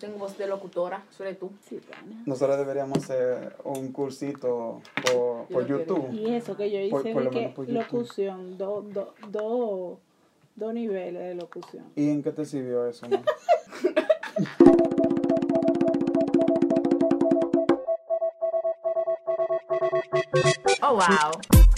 tengo voz de locutora, soy tú. Sí, Tania. Nosotros deberíamos hacer un cursito por YouTube. Y eso que yo hice Por de lo que menos por YouTube. locución, dos niveles de locución. ¿Y en qué te sirvió eso, man? Oh, wow.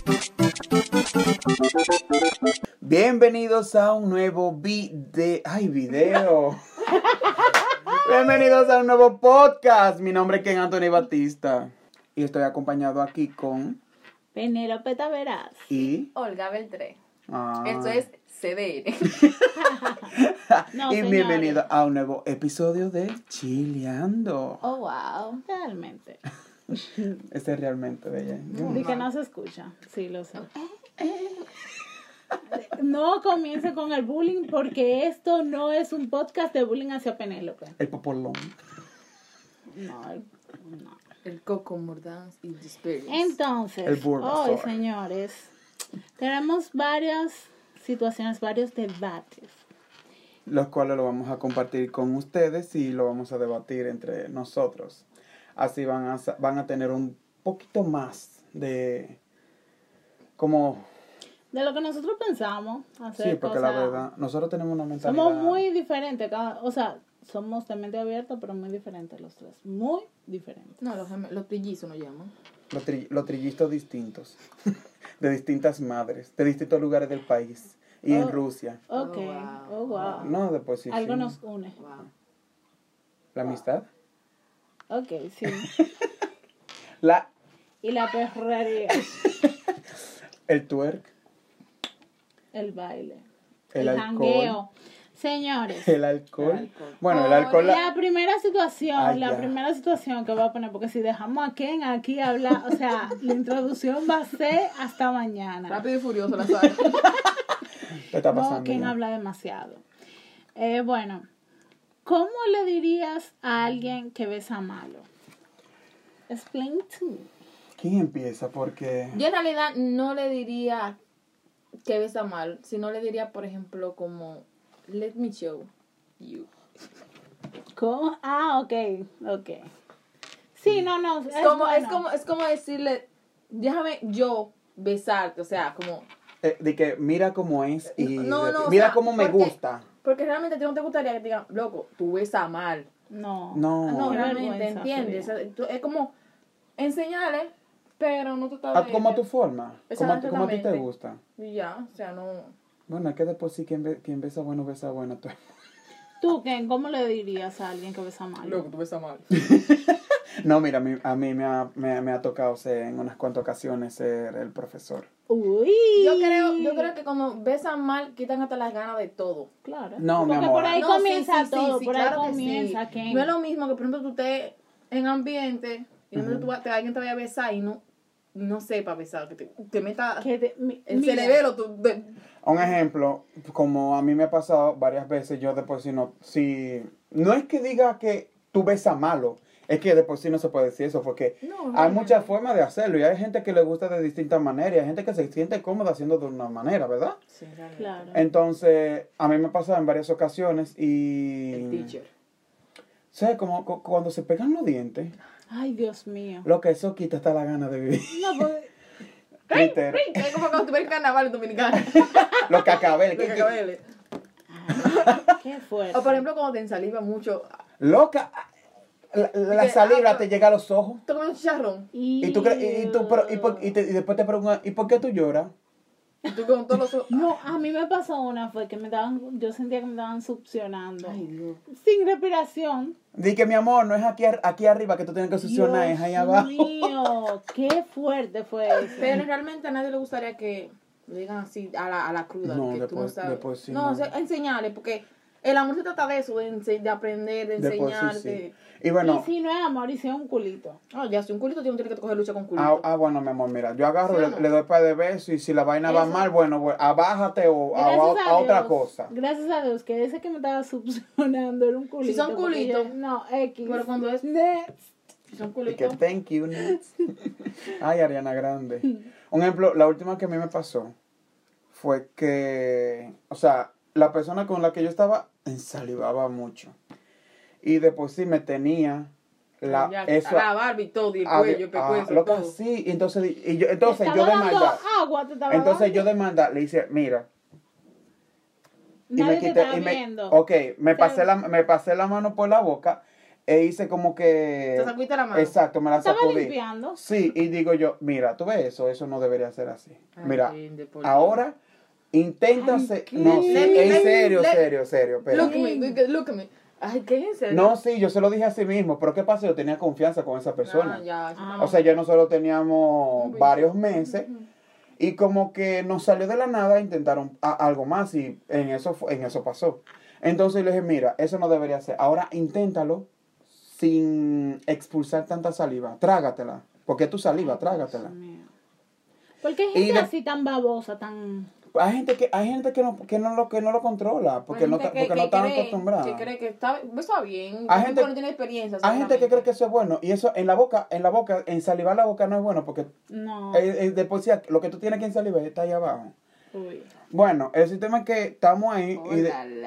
Bienvenidos a un nuevo video. Bienvenidos a un nuevo podcast. Mi nombre es Ken Anthony Batista. Y estoy acompañado aquí con... Penélope Taveras. Y... Olga Beltré. Ah. Esto es CDN. No, y señores. bienvenido a un nuevo episodio de Chileando. Oh, wow. Realmente. Este es realmente bella. Y que no se escucha. Sí, lo sé. No comience con el bullying porque esto no es un podcast de bullying hacia Penélope. El popolón. No. El Coco Mordaz y Experience. Entonces, El Bulbasaur. hoy, señores, tenemos varias situaciones, varios debates. Los cuales lo vamos a compartir con ustedes y lo vamos a debatir entre nosotros. Así van a tener un poquito más de... como... De lo que nosotros pensamos hacer. Sí, porque la verdad, nosotros tenemos una mentalidad... Somos muy diferentes, somos de mente abierta, pero muy diferentes los tres. Muy diferentes. No, los trillizos nos llaman. Los trillistas distintos. De distintas madres, de distintos lugares del país. Y en Rusia. Ok, Oh, wow. No, después sí. Algo sí. nos une. Wow. La amistad. Ok, sí. Y la perrería. El twerk. El baile. El alcohol. jangueo. Señores. El alcohol. El alcohol. Bueno, el alcohol... La primera situación, Ay, ya. que voy a poner, porque si dejamos a Ken aquí hablar, o sea, la introducción va a ser hasta mañana. Rápido y furioso la saga. ¿Qué está pasando? No, Ken ya? habla demasiado. Bueno, ¿cómo le dirías a alguien que besa malo? Explain to me. ¿Quién empieza? Porque... Yo en realidad no le diría que besa mal, sino le diría, por ejemplo, como let me show you. ¿Cómo? Ah, ok. Sí, no, Es como decirle, déjame yo besarte, o sea, como... de que mira cómo es y No, no, o mira sea, cómo me porque- gusta. Porque realmente a ti no te gustaría que te digan, loco, tú besas mal. No. No. Qué Realmente, vergüenza ¿entiendes? sería. O sea, es como enseñarle, pero no tratar de... Como a tu forma, como a ti te Exactamente. gusta. Y ya, o sea, no... Bueno, es que después sí, quien besa bueno, besa bueno. Tú, Ken, ¿cómo le dirías a alguien que besa malo? Loco, tú besas mal. No, mira, a mí me ha tocado ser en unas cuantas ocasiones ser el profesor. Uy. Yo creo que cuando besan mal, quitan hasta las ganas de todo. Claro. No, mi Porque amor. por ahí No, comienza sí, todo, sí, por claro ahí que comienza, sí. Ken. No es lo mismo que, por ejemplo, tú estés en ambiente y de repente alguien te vaya a besar y no sepa besar, que te meta el mira, cerebelo. Un ejemplo, como a mí me ha pasado varias veces, yo de por sí no... No es que diga que tú besas malo, es que de por sí no se puede decir eso, porque No, hay realmente. muchas formas de hacerlo y hay gente que le gusta de distintas maneras y hay gente que se siente cómoda haciendo de una manera, ¿verdad? Sí, realmente. Claro. Entonces, a mí me ha pasado en varias ocasiones y... El teacher. ¿Sabes? Como cuando se pegan los dientes, Ay, Dios mío. lo que eso quita hasta la gana de vivir. No, pues, Literal. Es como cuando tú ves el carnaval en Dominicana. Los cacabeles. Los cacabeles. qué fuerte. O por ejemplo, cuando te ensaliva mucho. Loca, la Que- saliva te llega a los ojos. Tú comes un chicharrón. Y después te preguntan, ¿y por qué tú lloras? Y tú con todos los ojos. No, a mí me pasó una, fue que yo sentía que me estaban succionando. Ay, Dios. Sin respiración. Di que mi amor, no es aquí arriba que tú tienes que succionar, es ahí abajo. Dios mío, qué fuerte fue eso. Pero realmente a nadie le gustaría que le digan así a la cruda. No, que tú no después- sabes. después sí, no, no. o sea, enseñarle, porque el amor se trata de eso, de aprender, de Después sí, enseñarte. sí. Y bueno, Y si no es amor, y si es un culito. Ah, ya, si un culito tiene que coger lucha con culito. bueno, mi amor, mira, yo agarro, ¿Sí o no? le doy par de besos y si la vaina va Eso. mal, bueno, abájate o Gracias a otra Dios, cosa. Gracias a Dios, que ese que me estaba succionando era un culito. Si son porque culitos. no, X. Pero cuando es- Next. Si son Y que culitos. thank you, next. Ay, Ariana Grande. Un ejemplo, la última que a mí me pasó fue que, o sea, la persona con la que yo estaba ensalivaba mucho. Y después sí me tenía la barba y todo, y el cuello, el pescuezo, loca, todo. sí, entonces yo Te estaba de dando maldad. agua, te estaba Entonces dando. yo de maldad le hice, mira, Nadie te estaba viendo. ok, me pasé la mano por la boca e hice como que... ¿Te sacudiste la mano? Exacto, me la ¿Estaba sacudí. limpiando? Sí, y digo yo, mira, tú ves eso no debería ser así. Ay, Mira, gente, por ahora intenta Ay, ser... ¿qué? No, sí, en serio, Let- serio. Pero... Look at me. Ay, ¿qué es eso? No, sí, yo se lo dije a sí mismo, pero ¿qué pasa? Yo tenía confianza con esa persona. Ya. O sea, ya nosotros teníamos varios meses y como que nos salió de la nada, intentaron algo más y en eso pasó. Entonces le dije, mira, eso no debería ser. Ahora inténtalo sin expulsar tanta saliva. Trágatela. Porque es tu saliva, trágatela. Dios mío. ¿Por qué hay Y gente de- así tan babosa, tan... Hay gente que no lo controla, porque no están acostumbrados. Que cree que está bien. Hay Hay gente- no tiene experiencia. Hay gente que cree que eso es bueno y eso en la boca, en salivar la boca no es bueno porque No. después sí, lo que tú tienes que en salivar está ahí abajo. Uy. Bueno, el sistema es que estamos ahí y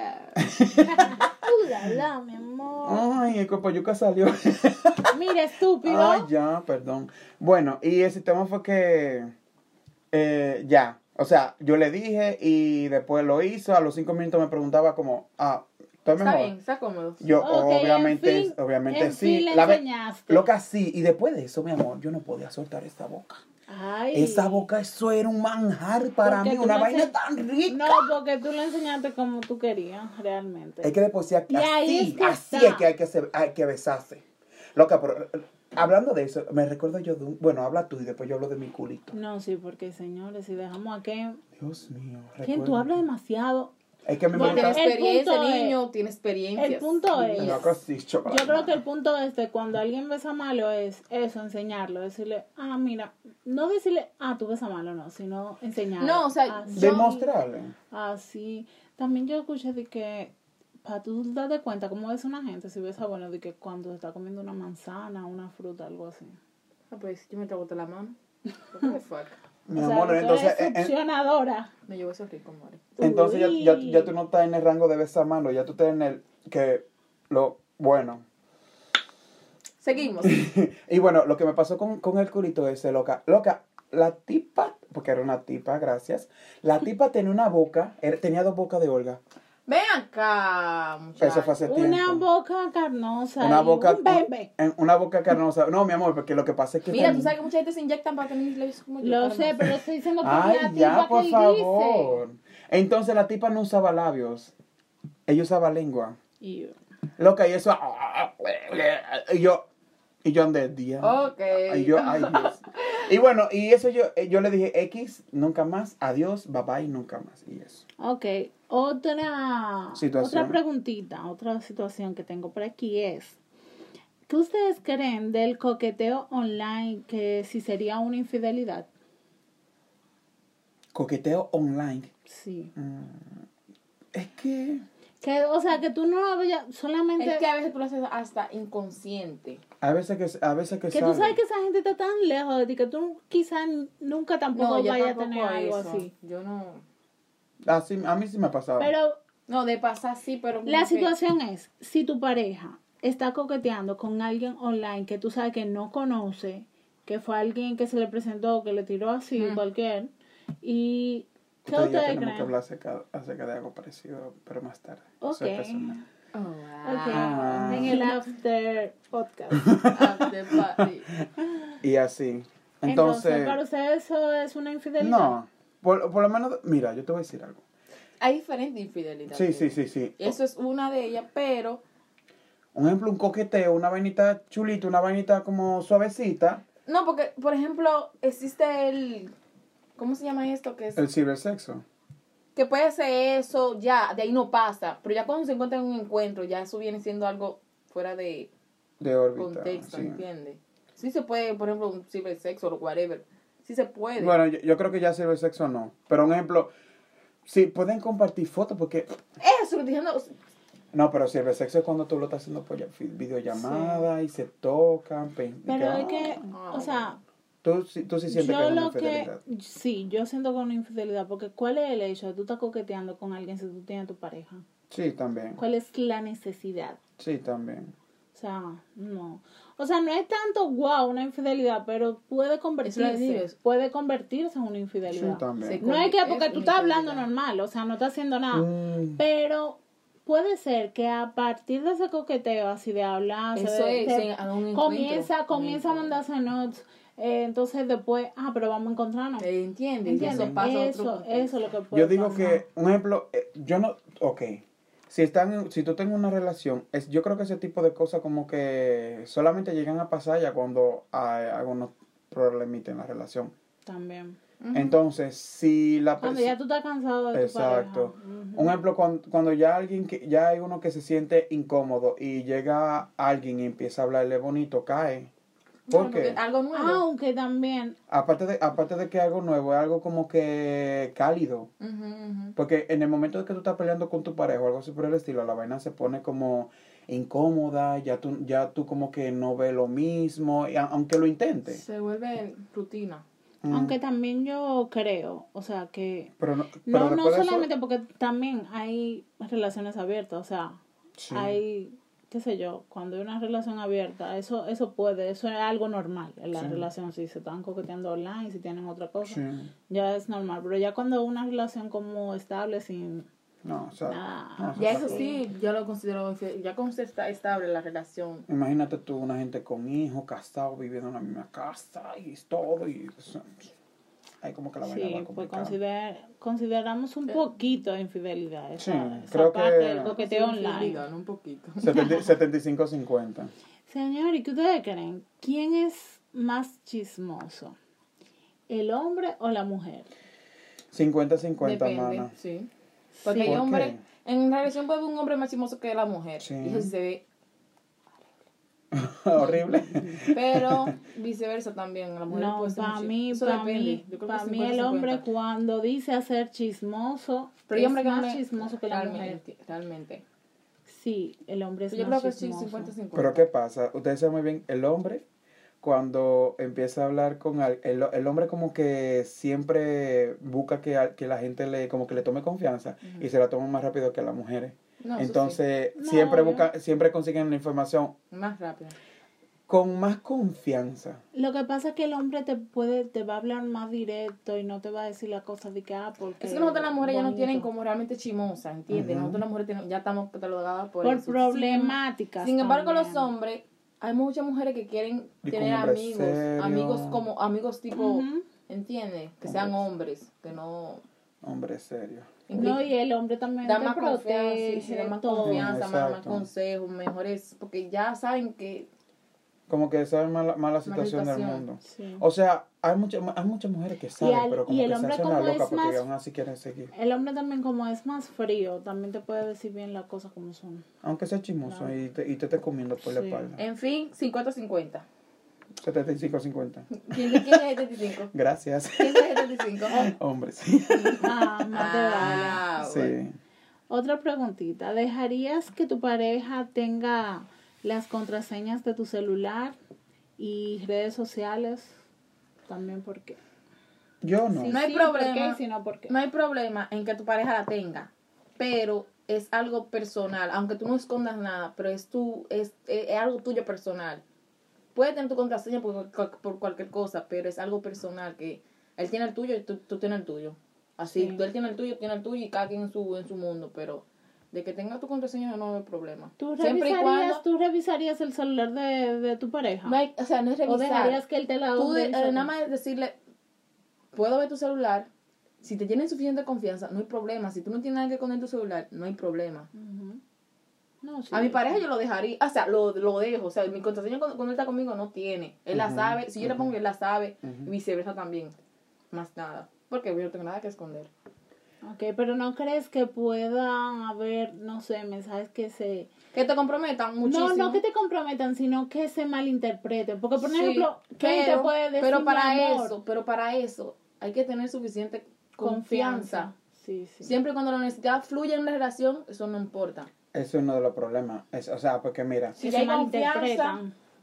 Ulala, mi amor. ay, el copoyuca salió. Mira, estúpido. Ay, ya, perdón. Bueno, y el sistema fue que ya, o sea, yo le dije y después lo hizo, a los 5 minutos me preguntaba como, ¿estoy mejor? Está bien, está cómodo. Yo, Ok, obviamente en sí. fin le La ve- enseñaste. Loca, sí. Y después de eso, mi amor, yo no podía soltar esta boca. Ay. Esa boca, eso era un manjar para Porque mí, tú una le vaina ense- tan rica. No, porque tú le enseñaste como tú querías, realmente. Es que después sí, Y ahí es que así está. es que hay que besarse. Loca, pero hablando de eso, me recuerdo yo de bueno, habla tú y después yo hablo de mi culito. No, sí, porque señores, si dejamos aquí... Dios mío. ¿Quién? Tú hablas demasiado. Es que a mí me Bueno, Tiene gusta. el experiencia, punto es- niño, tiene experiencia. el punto es- Loca, sí, chocolate. Yo creo que el punto cuando alguien besa malo es eso, enseñarlo, decirle, mira, no decirle, tú besas malo, no, sino enseñarlo. No, o sea, así, Demostrarle. así. También yo escuché de que, para tú darte cuenta cómo es una gente, si besa bueno, de que cuando está comiendo una manzana, una fruta, algo así. Pues yo me trago la mano. What the fuck? Mi O sea, amor, tú entonces, eres succionadora. Me llevo eso rico, amor. entonces Uy. ya tú no estás en el rango de besar mano, ya tú estás en el que lo bueno. Seguimos. Y bueno, lo que me pasó con el culito ese, loca, la tipa, porque era una tipa, gracias, la tipa tenía una boca, tenía 2 bocas de Olga. Ven acá, muchacho. Eso fue hace Una tiempo. boca carnosa. Una y boca, un bebé. una boca carnosa. No, mi amor, porque lo que pasa es que... Mira, tú también- sabes que mucha gente se inyectan para tener labios como yo. Lo sé, pero estoy diciendo que Ay, la ya, tipa por que favor. Entonces la tipa no usaba labios, ella usaba lengua. dice. Loca, y eso... Y yo andé día. Ok. Ay, Dios. Y bueno, y eso yo le dije, X, nunca más, adiós, bye bye, nunca más. Y eso. Ok, otra Situación. preguntita, otra situación que tengo por aquí es, ¿qué ustedes creen del coqueteo online que si sería una infidelidad? Coqueteo online. Sí. Es que... O sea, que tú no lo vayas solamente... Es que a veces tú lo haces hasta inconsciente. A veces que que tú sale. sabes que esa gente está tan lejos de ti que tú quizás nunca tampoco yo vayas a tampoco tener algo eso. así. Yo no. A mí sí me ha pasado. Pero No, de pasar sí, pero. la como que- situación es, si tu pareja está coqueteando con alguien online que tú sabes que no conoce, que fue alguien que se le presentó, que le tiró así, cualquier, y ¿qué Entonces ya ustedes tenemos que creen? hablar acerca de algo parecido, pero más tarde. Ok. Eso es personal. Oh, wow. Ok, en el after podcast. After party. Y así. Entonces, Entonces, ¿para ustedes eso es una infidelidad? no. Por lo menos, mira, yo te voy a decir algo. Hay diferentes infidelidades. Sí. Eso es una de ellas, pero. Un ejemplo, un coqueteo, una vainita chulita, una vainita como suavecita. No, porque, por ejemplo, existe el. ¿Cómo se llama esto? Que es. El cibersexo. Que puede ser eso, ya, de ahí no pasa. Pero ya cuando se encuentra en un encuentro, ya eso viene siendo algo fuera de De órbita. contexto, sí. ¿entiendes? Sí se puede, por ejemplo, un cibersexo o whatever. Sí se puede. Bueno, yo creo que ya cibersexo no. Pero un ejemplo, sí, pueden compartir fotos porque... Eso, lo estoy diciendo. No, pero cibersexo es cuando tú lo estás haciendo por videollamada y se tocan. Pero es que, o sea, Tú sí sientes que yo es una lo que, infidelidad. sí, yo siento que es una infidelidad, porque ¿cuál es el hecho de tú estás coqueteando con alguien si tú tienes tu pareja? Sí, también. ¿Cuál es la necesidad? Sí, también. O sea, no. O sea, no es tanto wow una infidelidad, pero puede convertirse. Puede convertirse en una Sí, infidelidad. también. No es que porque Es tú una estás hablando infidelidad. normal, o sea, no estás haciendo nada. Mm, Pero puede ser que a partir de ese coqueteo, así de hablar, Eso es, sí, a un comienza encuentro. a mandarse notes. Entonces después, pero vamos a encontrarnos. ¿Entiendes? Y ¿Entiendes? eso pasa en otro Eso contexto. es lo que puede yo digo pasar. que, un ejemplo, yo no, ok, si tú tienes una relación, yo creo que ese tipo de cosas como que solamente llegan a pasar ya cuando hay algunos problemitas en la relación. También. Entonces, si la Cuando persona... ya tú estás cansado de Exacto. tu pareja. Un ejemplo, cuando ya ya hay uno que se siente incómodo y llega alguien y empieza a hablarle bonito, cae. ¿Por Porque qué? algo nuevo. Aunque también, Aparte de que algo nuevo, es algo como que cálido. Ujú, ujú. Porque en el momento de que tú estás peleando con tu pareja o algo así por el estilo, la vaina se pone como incómoda, ya tú como que no ves lo mismo, aunque lo intentes. Se vuelve rutina. aunque también yo creo, o sea, que Pero no, no después de eso- solamente porque también hay relaciones abiertas, o sea, Sí. hay, qué sé yo, cuando hay una relación abierta, eso es algo normal en la Sí. relación, si se están coqueteando online, si tienen otra cosa, Sí. ya es normal, pero ya cuando una relación como estable, sin No, o sea, nada, no, Ya está eso sí, yo lo considero infiel. Ya cuando está estable la relación. Imagínate tú, una gente con hijos, casado, viviendo en la misma casa y todo, y eso, ahí como que la vaina sí, va pues complicada. consideramos un poquito de infidelidad, Sí, esa creo parte que- del coqueteo online. Infidelidad, no un poquito. 75-50. Señor, ¿y qué ustedes creen? ¿Quién es más chismoso? ¿El hombre o la mujer? 50-50, Depende, mana. sí. Porque Sí. hay ¿Por hombres, qué? en una relación puede haber un hombre más chismoso que la mujer. Sí. Y eso sí se ve. Horrible. Pero viceversa también. La mujer No, puede ser para muy mí, Eso depende. Yo creo que para es mí el 50-50. hombre cuando dice hacer chismoso Pero hay es hombres que no más le- chismoso que la mujer. Realmente. Sí, el hombre es Yo más creo que sí, chismoso. 50-50. Pero ¿qué pasa? Ustedes saben muy bien, el hombre, cuando empieza a hablar con el hombre como que siempre busca que la gente como que le tome confianza y se la toma más rápido que las mujeres. No, eso Entonces, sí. siempre No, siempre consiguen la información sí, más rápido. con más confianza. Lo que pasa es que el hombre te va a hablar más directo y no te va a decir la cosa de que, porque... Es que nosotros las mujeres ya no bonito. tienen como realmente chimosa, ¿entiendes? Ujú. Nosotros las mujeres ya estamos catalogadas por Por eso. problemáticas Sin embargo, también. los hombres, hay muchas mujeres que quieren Y tener con hombres amigos, serios. amigos tipo, Ujú. ¿entiendes? Que sean hombres, que no... Hombre serio. No, y el hombre también da te más confianza, protege, sí, da más todo. confianza, más Exacto. consejos, mejores, porque ya saben que Como que saben más la situación del situación. mundo. Sí. O sea, hay muchas mujeres que saben, pero como y el que se hombre hacen la como loca es porque más- aún así quieren seguir. El hombre también como es más frío, también te puede decir bien las cosas como son. Aunque sea chismoso No. y te esté comiendo por la Sí. espalda. en fin, 50-50. 75-50. ¿Quién es 75? Gracias. ¿Quién es 75? Hombre, sí. Más te vale. Ah, bueno. Sí. Otra preguntita, ¿dejarías que tu pareja tenga las contraseñas de tu celular y redes sociales? También porque... Yo no. Sí, No hay sí, problema. ¿por qué? Si no, ¿por qué? No hay problema en que tu pareja la tenga, pero es algo personal, aunque tú no escondas nada, pero es algo tuyo personal. Puede tener tu contraseña por cualquier cosa, pero es algo personal, que él tiene el tuyo y tú tienes el tuyo. Así, Sí. él tiene el tuyo y cada quien en su mundo, pero de que tenga tu contraseña no hay problema. ¿Tú Siempre y cuando revisarías el celular de tu pareja? no hay, o sea, no es ¿O revisar. dejarías que él te la Tú revise? nada más es decirle, puedo ver tu celular. Si te tienen suficiente confianza, no hay problema. Si tú no tienes nada que esconder en tu celular, no hay problema. Ujú. No, sí, A mi sí. pareja yo lo dejaría, o sea, lo dejo. O sea, mi contraseña cuando él está conmigo no tiene. Él la Ujú, sabe. Si yo la pongo, él la sabe. Ujú. Y viceversa también. Más nada. Porque yo no tengo nada que esconder. Ok, pero ¿no crees que puedan haber, no sé, mensajes que se... Que te comprometan muchísimo. No que te comprometan, sino que se malinterpreten? Porque, por Sí, ejemplo, ¿quién te puede decir pero para mi amor? pero para eso hay que tener suficiente confianza. Sí, sí. Siempre y cuando la necesidad fluye en una relación, eso no importa. Eso es uno de los problemas. O sea, porque mira, Si Que hay se confianza, malinterpretan.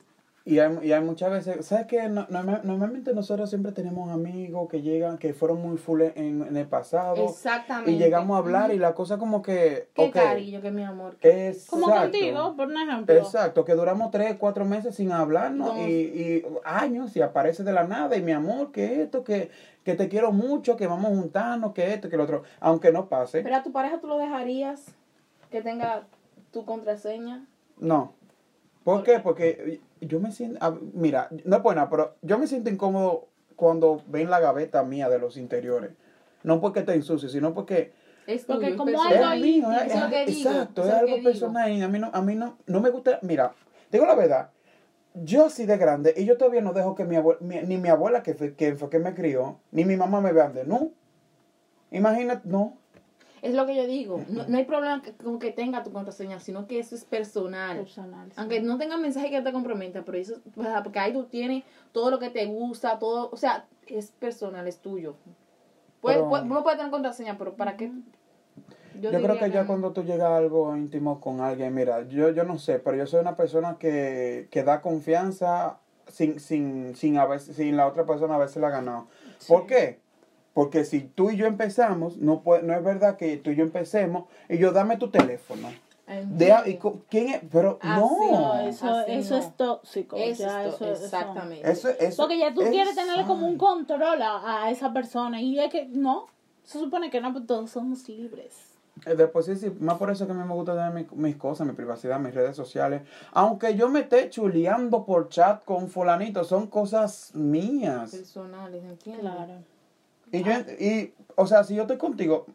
Y hay muchas veces, ¿sabes qué? Normalmente nosotros siempre tenemos amigos que llegan, que fueron muy full en el pasado. Exactamente. Y llegamos a hablar y la cosa como que... Qué okay, cariño, que mi amor. Como contigo, por ejemplo. Exacto, que duramos 3, 4 meses sin hablarnos y años y aparece de la nada y mi amor, que esto, que te quiero mucho, que vamos a juntarnos, que esto, que lo otro. Aunque no pase. Pero a tu pareja tú lo dejarías que tenga tu contraseña. No. ¿Por qué? Porque yo me siento, mira, no es por nada, pero yo me siento incómodo cuando ven la gaveta mía de los interiores. No porque esté ensucio, sino porque Es porque tuyo, como es algo personal. íntimo, Eso es lo que digo, exacto, eso es lo algo que digo. personal y a mí no me gusta, mira, digo la verdad, yo así de grande y yo todavía no dejo que ni mi abuela que me crió, ni mi mamá me vean de no. Imagínate, no. Es lo que yo digo. No hay problema con que tenga tu contraseña, sino que eso es personal. Personal, sí. Aunque no tenga mensaje que te comprometa, pero eso, porque ahí tú tienes todo lo que te gusta, todo, o sea, es personal, es tuyo. Uno puede tener contraseña, pero ¿para qué? Yo creo que ya cuando tú llegas a algo íntimo con alguien, mira, yo no sé, pero yo soy una persona que da confianza sin la otra persona haberse la ganado. Sí. ¿Por qué? Porque si tú y yo empezamos, no es verdad que tú y yo empecemos y yo dame tu teléfono. ¿Quién es? Pero no. Eso es tóxico. Exactamente. Eso. Porque ya tú quieres tenerle ay. como un control a esa persona y es que no, se supone que no, pues todos somos libres. Después sí, más por eso que a mí me gusta tener mis cosas, mi privacidad, mis redes sociales. Aunque yo me esté chuleando por chat con fulanito, son cosas mías. Personales, ¿entiendes? Claro. O sea, si yo estoy contigo,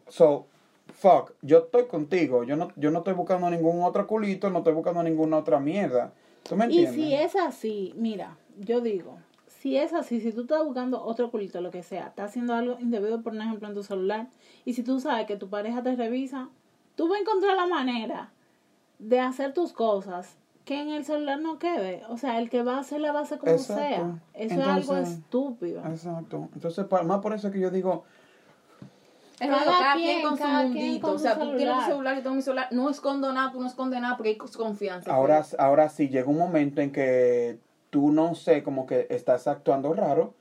yo estoy contigo. Yo no estoy buscando ningún otro culito, no estoy buscando ninguna otra mierda. ¿Tú me entiendes? Y si es así, mira, yo digo, si es así, si tú estás buscando otro culito, lo que sea, estás haciendo algo indebido, por ejemplo, en tu celular, y si tú sabes que tu pareja te revisa, tú vas a encontrar la manera de hacer tus cosas que en el celular no quede. O sea, el que va a hacer la va a hacer como Exacto. sea. Eso Entonces, es algo estúpido. Exacto. Entonces, más por eso que yo digo, Es cada quien con su cada quien mundito. con O sea, su tú tienes tu celular. celular, yo tengo mi celular. No escondo nada, tú no escondes nada porque hay confianza. ahora sí llega un momento en que tú no sé, como que estás actuando raro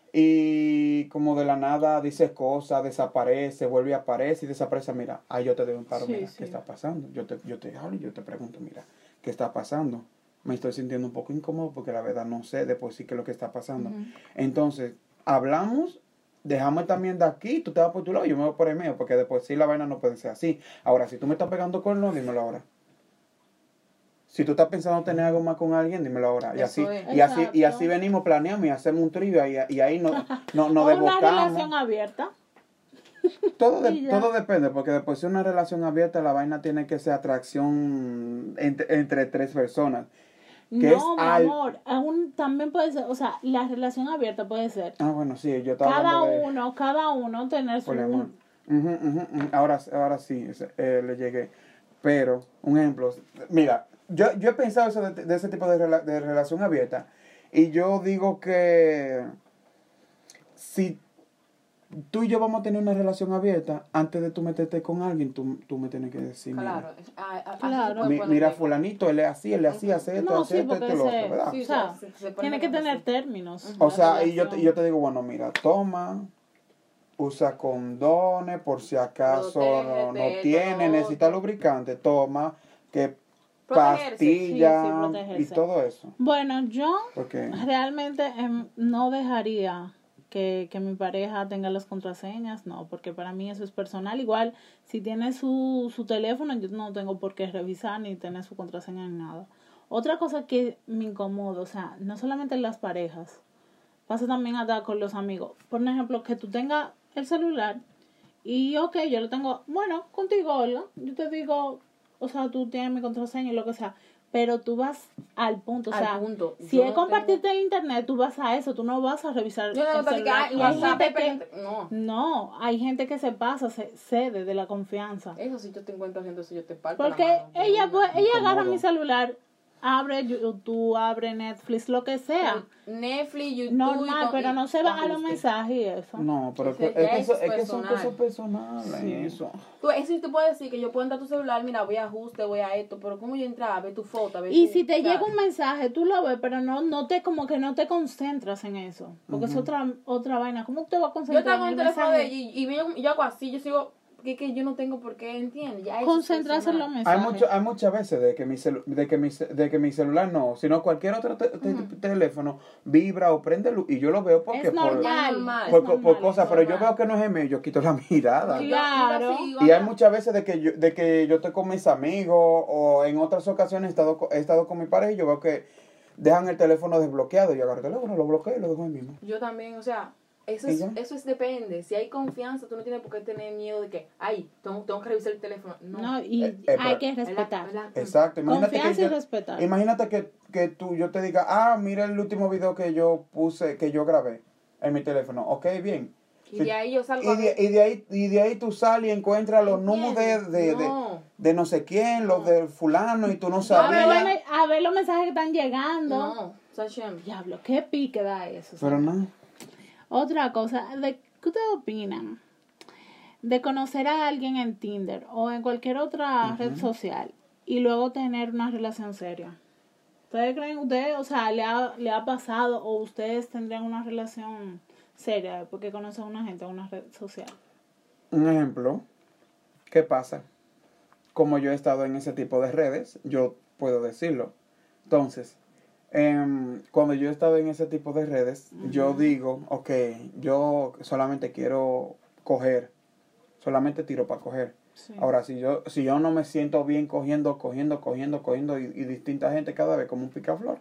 y como de la nada dices cosas, desaparece, vuelve a aparecer y desaparece. Mira, ahí yo te doy un paro, Sí, mira, sí. ¿qué está pasando? Yo te hablo y yo te pregunto, mira, ¿qué está pasando? Me estoy sintiendo un poco incómodo porque la verdad no sé después sí qué es lo que está pasando. Entonces, hablamos, dejamos esta mierda aquí, tú te vas por tu lado y yo me voy por el mío, porque después sí la vaina no puede ser así. Ahora, si tú me estás pegando con no, dímelo ahora. Si tú estás pensando tener algo más con alguien, dímelo ahora. Y así, Eso es. y así venimos, planeamos y hacemos un trivia y ahí no O una desbocamos. relación abierta. Y ya. Todo depende, porque después de una relación abierta, la vaina tiene que ser atracción entre 3 personas. Que No, mi amor, aún también puede ser, o sea, la relación abierta puede ser. Ah, bueno, sí, yo estaba hablando de cada uno tener su... poliamor. Ahora sí, le llegué. Pero, un ejemplo, mira, yo he pensado eso de ese tipo de relación abierta. Y yo digo que si tú y yo vamos a tener una relación abierta, antes de tú meterte con alguien, tú me tienes que decir, Claro. Claro. mira fulanito, él es así, hace esto, No, hace sí, esto, porque lo otro, ¿verdad? Sí, o sea, se pone tiene que como tener así. términos. O la sea, y relación. yo te digo, bueno, mira, toma, usa condones por si acaso no Protégete, tiene, todo necesita otro. lubricante, toma, que Protegerse. pastilla Sí, y protegerse. todo eso. Bueno, yo Porque realmente no dejaría que mi pareja tenga las contraseñas, no, porque para mí eso es personal. Igual, si tiene su teléfono, yo no tengo por qué revisar ni tener su contraseña ni nada. Otra cosa que me incomoda, o sea, no solamente en las parejas, pasa también hasta con los amigos. Por ejemplo, que tú tengas el celular y, ok, yo lo tengo, bueno, contigo, Olga, yo te digo, o sea, tú tienes mi contraseña y lo que sea, pero tú vas al punto, o Al sea, punto. si Yo es no compartirte el internet, tú vas a eso, tú no vas a revisar Yo no el te celular. digo, Y hay WhatsApp, gente pendiente. que, No. no, hay gente que se pasa, se cede de la confianza. Eso sí, yo te encuentro haciendo eso, yo te parto Porque la mano. ella Incómodo. agarra mi celular abre YouTube, abre Netflix, lo que sea. Netflix, YouTube. Normal, pero no se van a los ajuste. mensajes y eso. No, pero Ese es ya que, es es que son personal. cosas personales, Sí. eso. Eso sí te puedo decir que yo puedo entrar a tu celular, mira, voy a ajuste, voy a esto, pero como yo entraba a ver tu foto, a ver Y tu- si te o sea, llega un mensaje, tú lo ves, pero no te como que no te concentras en eso. Porque es otra vaina. ¿Cómo te vas a yo concentrar estaba con en el el teléfono de mensaje? ella y yo hago así, yo sigo, que yo no tengo por qué, ¿entiendes? Ya eso es Concentrarse en los personal. mensajes. Hay muchas veces de que mi celular no, sino cualquier otro teléfono vibra o prende luz y yo lo veo porque Es normal. normal. es por normal, cosas, es pero yo normal. veo que no es el mío, yo quito la mirada. Claro. Y hay muchas veces de que yo estoy con mis amigos o en otras ocasiones he estado con mi pareja y yo veo que dejan el teléfono desbloqueado y yo agarro el teléfono, lo bloqueo y lo dejo ahí mismo. Yo también, o sea, eso ¿Y es, ya? eso es depende. Si hay confianza, tú no tienes por qué tener miedo de que, ay, tengo que revisar el teléfono. No, No, y hay pero- que ¿verdad? respetar. ¿verdad? Exacto. Confianza y respetar. Imagínate que yo te diga, mira el último video que yo puse, que yo grabé en mi teléfono. Ok, bien. Y de ahí yo salgo a ver. Y de ahí tú sales y encuentras los números No. de no sé quién, los de fulano, y tú no A ver, sabías. a ver los mensajes que están llegando. No, Sachem. Diablo, qué pique da eso. Pero señor. no. Otra cosa, ¿qué ustedes opinan? De conocer a alguien en Tinder o en cualquier otra red social y luego tener una relación seria. ¿Ustedes creen, o sea, le ha pasado o ustedes tendrían una relación seria porque conocen a una gente en una red social? Un ejemplo, ¿qué pasa? Como yo he estado en ese tipo de redes, yo puedo decirlo. Entonces, cuando yo he estado en ese tipo de redes, yo digo, ok, yo solamente quiero coger, solamente tiro para coger. Sí. Ahora, si yo no me siento bien cogiendo y distinta gente cada vez como un picaflor.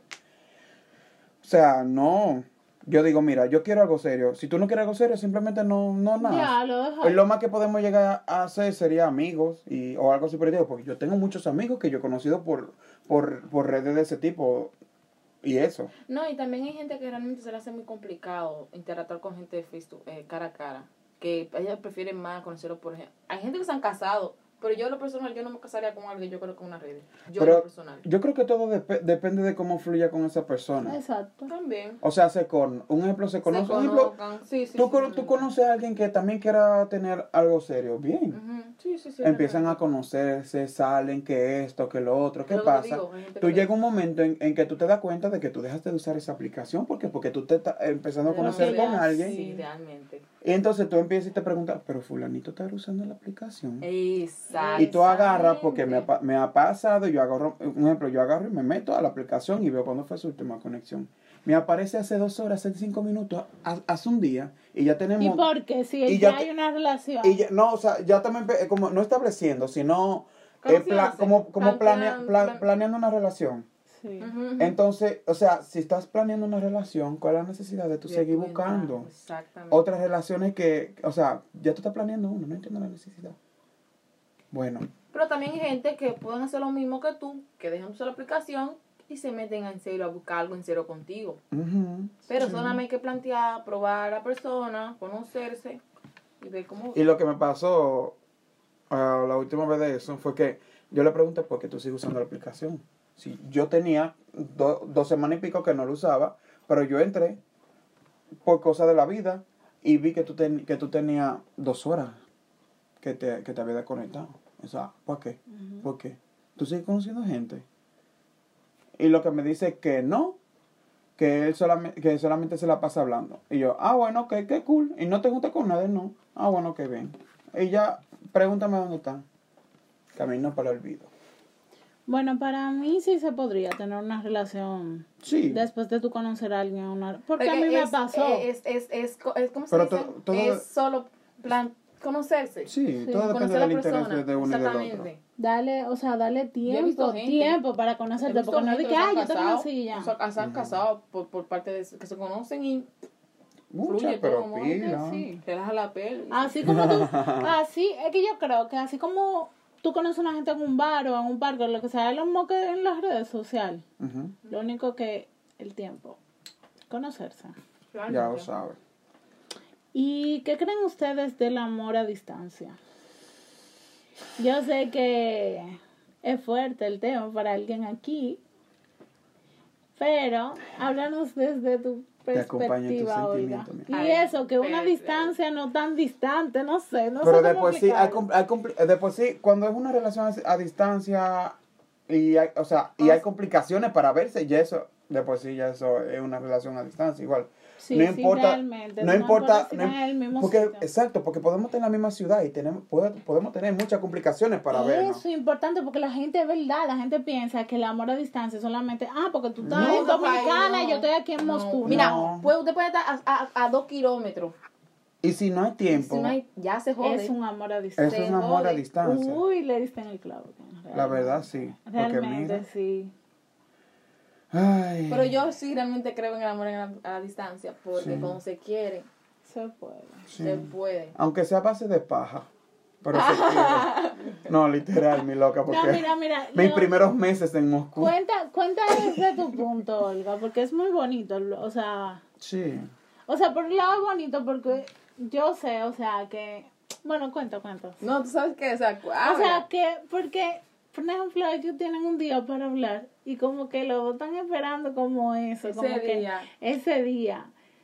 O sea, no. Yo digo, mira, yo quiero algo serio. Si tú no quieres algo serio, simplemente no nada. Ya, lo dejo. Pues lo más que podemos llegar a hacer sería amigos o algo así por el estilo, porque yo tengo muchos amigos que yo he conocido por redes de ese tipo y eso. No, y también hay gente que realmente se le hace muy complicado interactuar con gente cara a cara. Que ellas prefieren más conocerlo por ejemplo. Hay gente que se han casado, pero yo en lo personal, yo no me casaría con alguien, yo creo que con una red. Yo en lo personal. Yo creo que todo depende de cómo fluya con esa persona. Exacto. También. O sea, un ejemplo, se conoce. Un ejemplo, Sí, tú conoces a alguien que también quiera tener algo serio. Bien. Ujú. Sí. Empiezan realmente. a conocerse, salen, que esto, que lo otro. ¿Qué Es lo que te pasa? digo, hay gente Tú que- llega un momento en que tú te das cuenta de que tú dejaste de usar esa aplicación. Porque tú te estás empezando a Pero conocer ya, con alguien. Sí, realmente. Y entonces tú empiezas y te preguntas, pero fulanito está usando la aplicación. Exacto. Y tú agarras, porque me ha pasado, yo agarro y me meto a la aplicación y veo cuándo fue su última conexión. Me aparece hace 2 horas, hace 5 minutos, hace un día, y ya tenemos... ¿Y por qué? Si y ya ya hay te- una relación. Y ya, no, o sea, ya también, como no estableciendo, sino Confianza. planeando una relación. Sí. Ujú. Entonces, o sea, si estás planeando una relación, ¿cuál es la necesidad de tú Ya seguir tú buscando entras, Exactamente. otras relaciones que, o sea, ya tú estás planeando una, no entiendo la necesidad? Bueno, Pero también hay gente que pueden hacer lo mismo que tú, que dejan usar la aplicación y se meten en serio a buscar algo en serio contigo. ujú, Pero sí. solamente hay que plantear, probar a la persona, conocerse y ver cómo... Y lo que me pasó la última vez de eso fue que yo le pregunté por qué tú sigues usando la aplicación. Si yo tenía 2 semanas y pico que no lo usaba, pero yo entré por cosas de la vida y vi que tú tenías 2 horas que te había desconectado. O sea, ¿por qué? ¿Por qué? ¿Tú sigues conociendo gente? Y lo que me dice que no, que él solamente se la pasa hablando. Y yo, bueno, ok, qué cool. Y no te juntas con nadie, no. Bueno, qué bien. Y ya, pregúntame dónde están. Camino para el olvido. Bueno, para mí sí se podría tener una relación Sí. después de tú conocer a alguien. Porque a Porque mí me pasó. ¿cómo se Pero dice? todo- Es solo conocerse. Sí, todo depende Conocer a del la interés persona. de uno y del otro. Exactamente. Dale Yo he visto tiempo gente- para conocerte. Porque no es de que, yo te conocí y ya. Se han casado por parte de que se conocen y Mucha, fluye pero todo. como pila. Sí, relaja la piel. Así como tú, es que yo creo que así como tú conoces a una gente en un bar o en un parque, lo que sea, es lo mismo que en las redes sociales. Ujú. Lo único que el tiempo, conocerse. Ya lo Realmente. sabes. ¿Y qué creen ustedes del amor a distancia? Yo sé que es fuerte el tema para alguien aquí, Pero, háblanos desde tu Te acompaña en tu perspectiva, Olga. sentimiento, Y mira. Ay, eso, que una espérate. distancia no tan distante, no sé, no Pero sé de cómo por sí, explicarlo. de por sí, cuando es una relación a distancia y hay, o sea, y hay complicaciones para verse, ya eso, de por sí, ya eso es una relación a distancia igual. Sí, no sí, importa, realmente. no importa, si están en el mismo porque, sitio. exacto, porque podemos estar en la misma ciudad y podemos tener muchas complicaciones para vernos. Eso es importante porque la gente, es verdad, la gente piensa que el amor a distancia es solamente, porque tú estás No, en Dominicana no. y yo estoy aquí en Moscú. Mira, No. usted puede estar a 2 kilómetros. Y si no hay tiempo, Si no hay, ya se jode. Es un amor a es distancia. un amor a jode. distancia. Uy, le diste en el clavo. La verdad, sí. Porque Realmente, mira, sí. ay, Pero yo sí realmente creo en el amor a la distancia, porque Sí. cuando se quiere, Se puede. sí. se puede. Aunque sea a base de paja. Pero se quiere. No, literal, mi loca, porque No, mira. mis no, primeros meses en Moscú. Cuenta desde tu punto, Olga, porque es muy bonito. Sí. O sea, por un lado es bonito porque yo sé, o sea, que... Bueno, cuenta. No, tú sabes que, o sea, O sea, que, porque, por ejemplo, ellos tienen un día para hablar y como que lo están esperando como eso, Ese como que día. ese día.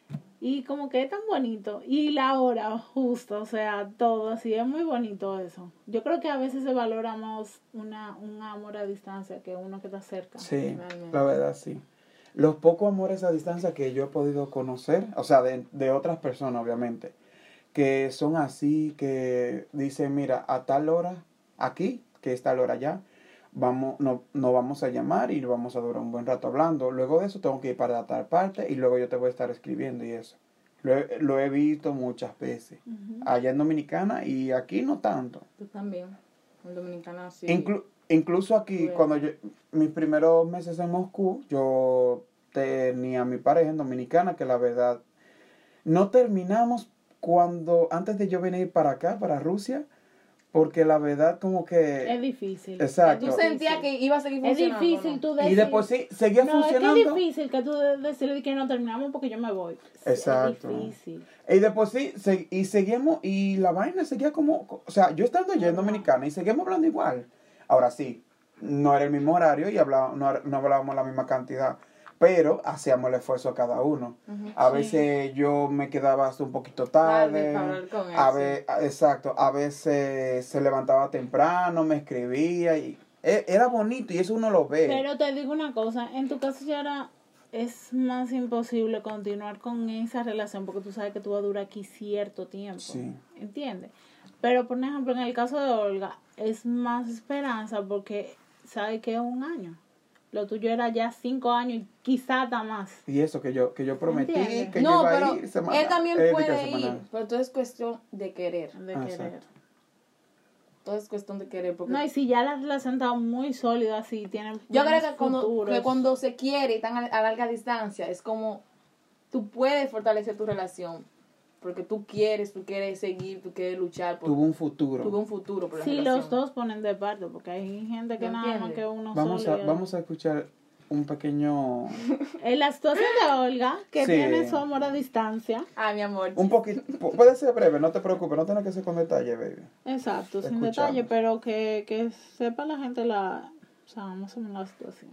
Y como que es tan bonito. Y la hora justo, o sea, todo así, es muy bonito eso. Yo creo que a veces se valora más un amor a distancia que uno que está cerca. Sí, Realmente. la verdad, sí. Los pocos amores a distancia que yo he podido conocer, o sea, de otras personas, obviamente, que son así, que dicen, mira, a tal hora, aquí, que es tal hora allá, nos vamos a llamar y vamos a durar un buen rato hablando. Luego de eso tengo que ir para tal parte y luego yo te voy a estar escribiendo y eso. Lo he visto muchas veces. Ujú. Allá en Dominicana y aquí no tanto. Tú también. En Dominicana sí. Incluso aquí, Bueno. cuando mis primeros meses en Moscú, yo tenía a mi pareja en Dominicana, que la verdad, no terminamos antes de yo venir para acá, para Rusia, porque la verdad como que... Es difícil. Exacto. Tú sentías que iba a seguir Es funcionando. difícil ¿no? tú Y decir... después sí, seguía no, funcionando. es que es difícil que tú decirle que no terminamos porque yo me voy. Exacto. Es difícil. Y después sí, y seguimos, y la vaina seguía como, o sea, yo estando allá en Dominicana y seguimos hablando igual. Ahora sí, no era el mismo horario y no hablábamos la misma cantidad, pero hacíamos el esfuerzo a cada uno. A Sí. veces yo me quedaba hasta un poquito Tarde tarde, para hablar con él, sí. exacto, a veces se levantaba temprano, me escribía y era bonito y eso uno lo ve. Pero te digo una cosa, en tu caso ya es más imposible continuar con esa relación porque tú sabes que tú vas a durar aquí cierto tiempo. Sí. ¿Entiendes? Pero, por ejemplo, en el caso de Olga, es más esperanza porque sabe que es un año. Lo tuyo era ya 5 años y quizá hasta más. Y eso que yo prometí ¿Entiendes? que yo No, iba pero a ir semanal. él también digo, puede ir. semanal. Pero todo es cuestión de querer. De Ah, querer. exacto. Todo es cuestión de querer. Porque No, y si ya la relación está muy sólida, así tienen yo creo buenos que cuando se quiere y están a larga distancia, es como tú puedes fortalecer tu relación. Porque tú quieres seguir, tú quieres luchar por Tuvo un futuro. un futuro por la Sí, relación. los dos ponen de parte, porque hay gente que ¿Me nada más entiendes? que uno Vamos solo. a escuchar un pequeño, En la situación de Olga, que Sí. tiene su amor a distancia. Ay, mi amor. un poquito, puede ser breve, no te preocupes, no tienes que ser con detalle, baby. Exacto, sin Escuchamos. detalle, pero que sepa la gente o sea, más o menos la situación.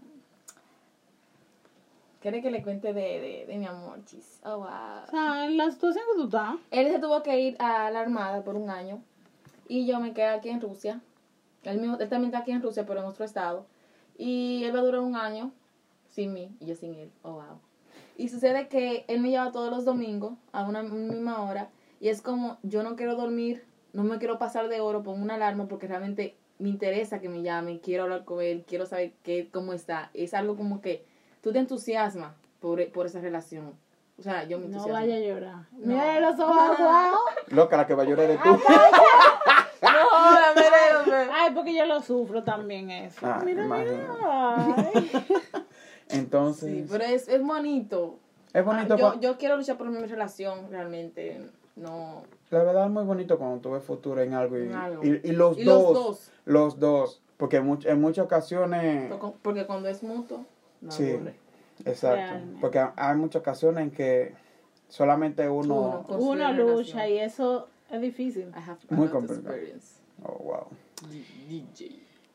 ¿Quieres que le cuente de mi amor, chis? Oh, wow. O sea, en la situación que tú estás, Él se tuvo que ir a la armada por un año y yo me quedé aquí en Rusia. Él también está aquí en Rusia, pero en otro estado. Y él va a durar un año sin mí y yo sin él. Oh, wow. Y sucede que él me lleva todos los domingos a una misma hora y es como, yo no quiero dormir, no me quiero pasar de oro, pongo una alarma porque realmente me interesa que me llamen, quiero hablar con él, quiero saber cómo está. Es algo como que tú te entusiasmas por esa relación. O sea, yo me no entusiasmo. vaya a llorar. No. Mira los ojos aguados. Loca, la que va a llorar de tú. No, dame. Ay, porque yo lo sufro también eso. Ah, mira, imagino. Ay. Entonces, Sí, pero es bonito. es bonito. Yo quiero luchar por mi relación, realmente. No. La verdad es muy bonito cuando tú ves futuro en algo En algo. y los Y dos. los dos. Los dos. Porque en muchas ocasiones. Porque cuando es mutuo, no Sí, aburre. exacto. Realmente. Porque hay muchas ocasiones en que solamente uno. Construir Uno una lucha relación. y eso es difícil. I have Muy a lot of complicado. experience. Oh, wow. DJ.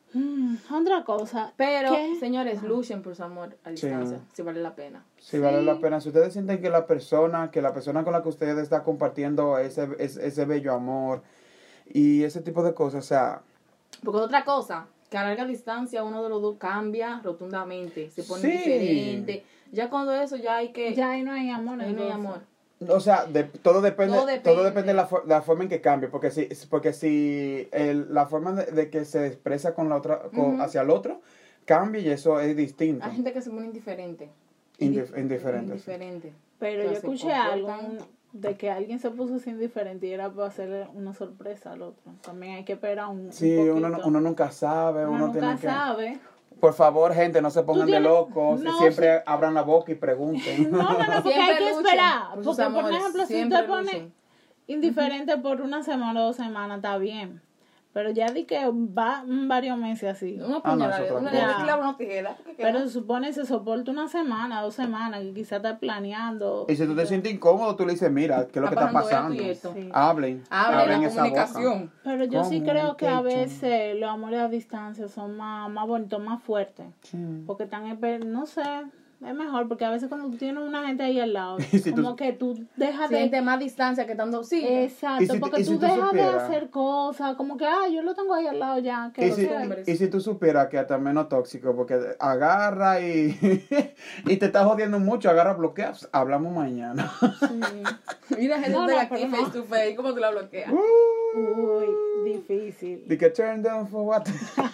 Otra cosa. Pero, ¿qué? señores, luchen por su amor a distancia, si vale la pena. Sí, vale la pena. Si ustedes sienten que la persona con la que ustedes están compartiendo ese bello amor y ese tipo de cosas, o sea, Porque otra cosa, que a larga distancia uno de los dos cambia rotundamente, se pone Sí. diferente. Ya cuando eso ya hay que... Ya ahí no hay amor. ahí no hay entonces. amor. o sea, todo depende Todo depende. de la forma en que cambie, porque si la forma de que se expresa con la otra hacia el otro cambia y eso es distinto. Hay gente que se pone indiferente. Indiferente. Indiferente. Pero O yo sea, se escuché algo comportan- de que alguien se puso así indiferente y era para hacerle una sorpresa al otro. También hay que esperar un Sí, poquito. uno nunca sabe, Uno tiene nunca que... sabe. Por favor, gente, no se pongan de tienes- locos, no, siempre abran la boca y pregunten. No, porque Siempre hay que luchen esperar. por sus Porque, por amores, ejemplo, si siempre usted pone luchen. indiferente por una semana o 2 semanas, está bien. Pero ya di que va varios meses así. Una Ah, no, puñalada, es otra una cosa. clava, una tijera. ¿Qué Pero va? se supone se soporta una semana, 2 semanas, que quizás está planeando. Y si tú te sientes incómodo, tú le dices, mira, ¿qué es lo que está pasando? esto y esto. Sí. Hablen, Hablen abren la esa boca. comunicación. Pero yo sí creo que a Communication. veces los amores a distancia son más bonitos, más fuertes. Sí. Porque están, no sé, es mejor. Porque a veces cuando tú tienes una gente ahí al lado, Y si como tú- que tú dejas de... Siente más distancia que estando... Sí. Exacto, Y si- porque y si tú tú dejas de supieras- hacer cosas, como que, yo lo tengo ahí al lado ya. Que Y lo si, sea. y si tú supieras que hasta menos tóxico, porque agarra y, y te está jodiendo mucho, agarra, bloqueas, hablamos mañana. Sí. Mira, gente No, de no, aquí pero no. face to face. ¿Cómo tú la bloqueas? Uy, difícil. De que turn down for what?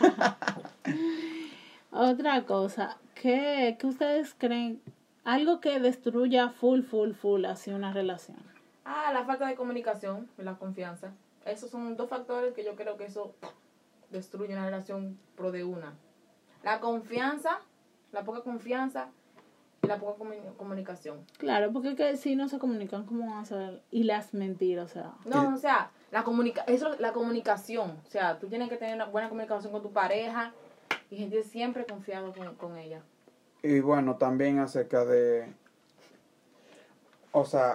Otra cosa, ¿qué ustedes creen? Algo que destruya full, así una relación. La falta de comunicación y la confianza. Esos son 2 factores que yo creo que eso destruye una relación pro de una. La confianza, la poca confianza y la poca comunicación. Claro, porque que si no se comunican, ¿cómo van a saber? Y las mentiras, o sea. No, o sea, la comunicación. O sea, tú tienes que tener una buena comunicación con tu pareja y gente siempre confiado con ella. Y bueno, también acerca de, o sea,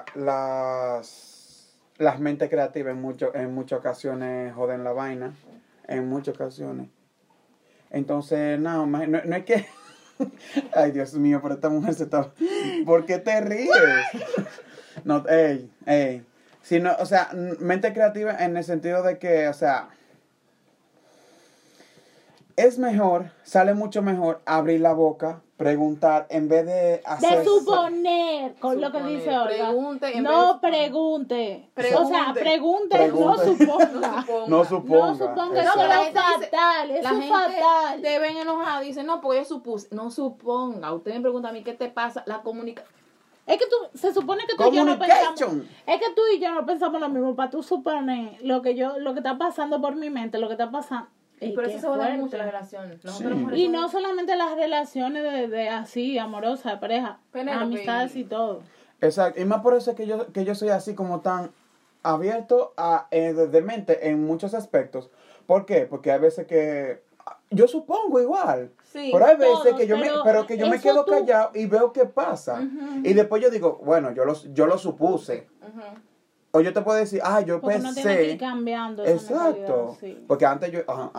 las mentes creativas en muchas ocasiones joden la vaina, en muchas ocasiones. Entonces, no es que, ay Dios mío, pero esta mujer se está, ¿por qué te ríes? No, sino, o sea, mente creativa en el sentido de que, o sea, es mejor, sale mucho mejor abrir la boca, preguntar, en vez de hacer... De suponer, con lo que Suponer. dice Olga. Pregunte en No vez de- pregunte. Pregunte. O sea, pregunte, Pregunte. no suponga. No suponga. No suponga, Exacto. eso la es gente dice- fatal, La eso es gente fatal. te ven enojado y dice, no, porque yo supuse. No suponga. Usted me pregunta a mí, ¿qué te pasa? La comunicación. Es que se supone que tú y yo no pensamos. Communication. Es que tú y yo no pensamos lo mismo. Para tú suponer lo que está pasando por mi mente, lo que está pasando. Y por qué eso se joden fuerte. mucho las relaciones. Nosotros Sí. las mujeres Y somos- no solamente las relaciones de así, amorosas, de pareja, Penélope amistades y- y todo. Exacto, y más por eso es que yo soy así como tan abierto de mente en muchos aspectos. ¿Por qué? Porque hay veces que yo supongo igual. Sí, pero hay veces todos, que pero que yo me eso quedo tú- callado y veo qué pasa. Ujú. Y después yo digo, bueno, yo lo supuse. Ujú. O yo te puedo decir, yo Porque uno tiene que ir pensé. cambiando esa Exacto. mentalidad, sí. Porque antes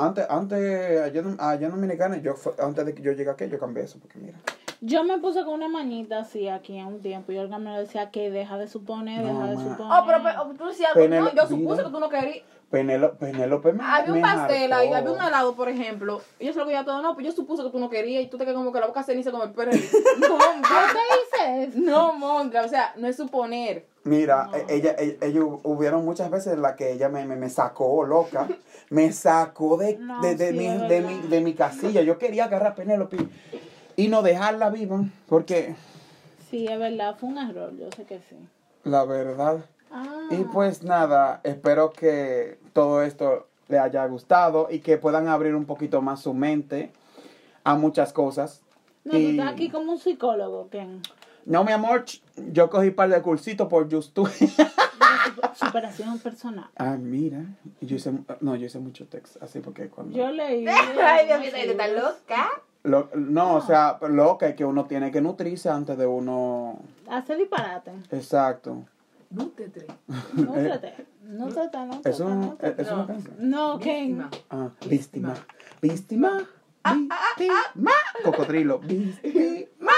allá en Dominicana, antes de que yo llegue aquí, yo cambié eso, porque mira. Yo me puse con una mañita así aquí en un tiempo y Olga me decía que deja de suponer, No, deja de ma. suponer. Pero tú decías, Penélope, no, yo supuse mira. que tú no querías. Penélope me Había un me pastel ahí, hartó. había un helado, por ejemplo. Y yo se lo que ya todo, no, pues yo supuse que tú no querías y tú te quedas como que la boca ceniza como el perro. No, ¿Por qué dices? no, monga, o sea, no es suponer. Mira, No. ella hubieron muchas veces en las que ella me sacó loca, me sacó No, de sí, es verdad. de mi casilla. Yo quería agarrar a Penélope y no dejarla viva, porque Sí, es verdad, fue un error, yo sé que sí. la verdad. Ah, Y pues nada, espero que todo esto le haya gustado y que puedan abrir un poquito más su mente a muchas cosas. no, tú Y- estás aquí como un psicólogo, Ken. No, mi amor, yo cogí un par de cursitos por Just Do It. Superación personal. Mira, yo hice mucho texto, así porque cuando... Yo leí. Ay, Dios mío, ¿te estás loca? o sea, lo que uno tiene que nutrirse antes de uno... Hace disparate. Exacto. Nútrete. No trata. Es una canción. No, Ken. Víctima. Ah, víctima. Víctima. Víctima. Cocodrilo. Víctima.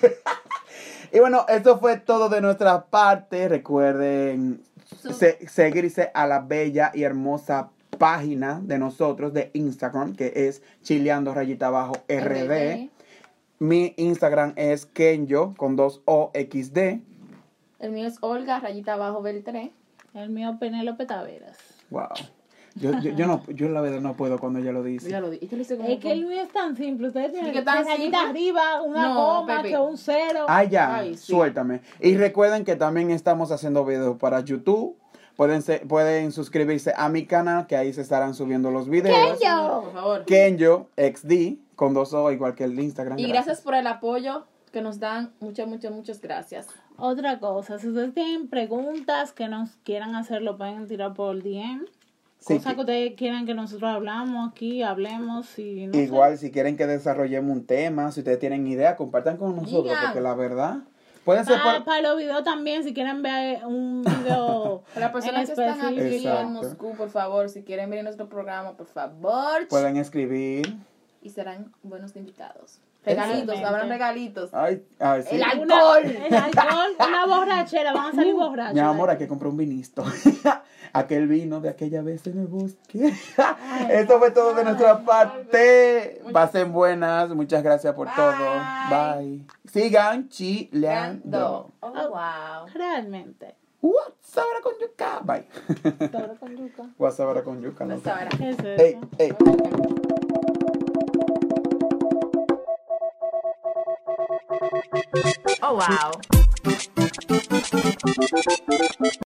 Y bueno, eso fue todo de nuestra parte. Recuerden seguirse a la bella y hermosa página de nosotros de Instagram, que es chileando_RD. Mi Instagram es Kenyo con 2 O XD. El mío es Olga _Beltré. El mío, Penélope Taveras. Wow. Yo la verdad no puedo cuando ella lo dice. Ya lo di. Y te lo hice como Es que el mío es tan simple. Ustedes tienen que que tan rayita simple. arriba, una No, coma, Pepe. que un cero. Ah, ya, Ay, sí. suéltame. Y recuerden que también estamos haciendo videos para YouTube. Pueden suscribirse a mi canal, que ahí se estarán subiendo los videos. Por favor. Kenyo XD, con 2 O, igual que el de Instagram. Y gracias por el apoyo que nos dan. Muchas gracias. Otra cosa, si ustedes tienen preguntas que nos quieran hacer, lo pueden tirar por DM. Sí, Cosa que ustedes quieran que nosotros hablemos y no Igual, si quieren que desarrollemos un tema, si ustedes tienen idea, compartan con nosotros, Digan. porque la verdad, pueden ser Para los videos también, si quieren ver un video Para las personas que están aquí Exacto. en Moscú, por favor, si quieren venir a nuestro programa, por favor. pueden escribir. Y serán buenos invitados. Regalitos, Excelente. habrán regalitos. Ay, sí. El alcohol. el alcohol, una borrachera, van a salir borrachos. Mi amor, hay que comprar un vinisto. Aquel vino de aquella vez en el bosque. Esto fue todo de nuestra parte. Pasen buenas. Muchas gracias por todo. Bye. Sigan chileando. Oh, wow. Realmente. What's ahora con yuca? Bye. Todo con yuca. What's ahora con yuca. No sé. Ahora. ¿Qué es eso? Ey, ey. Oh, wow.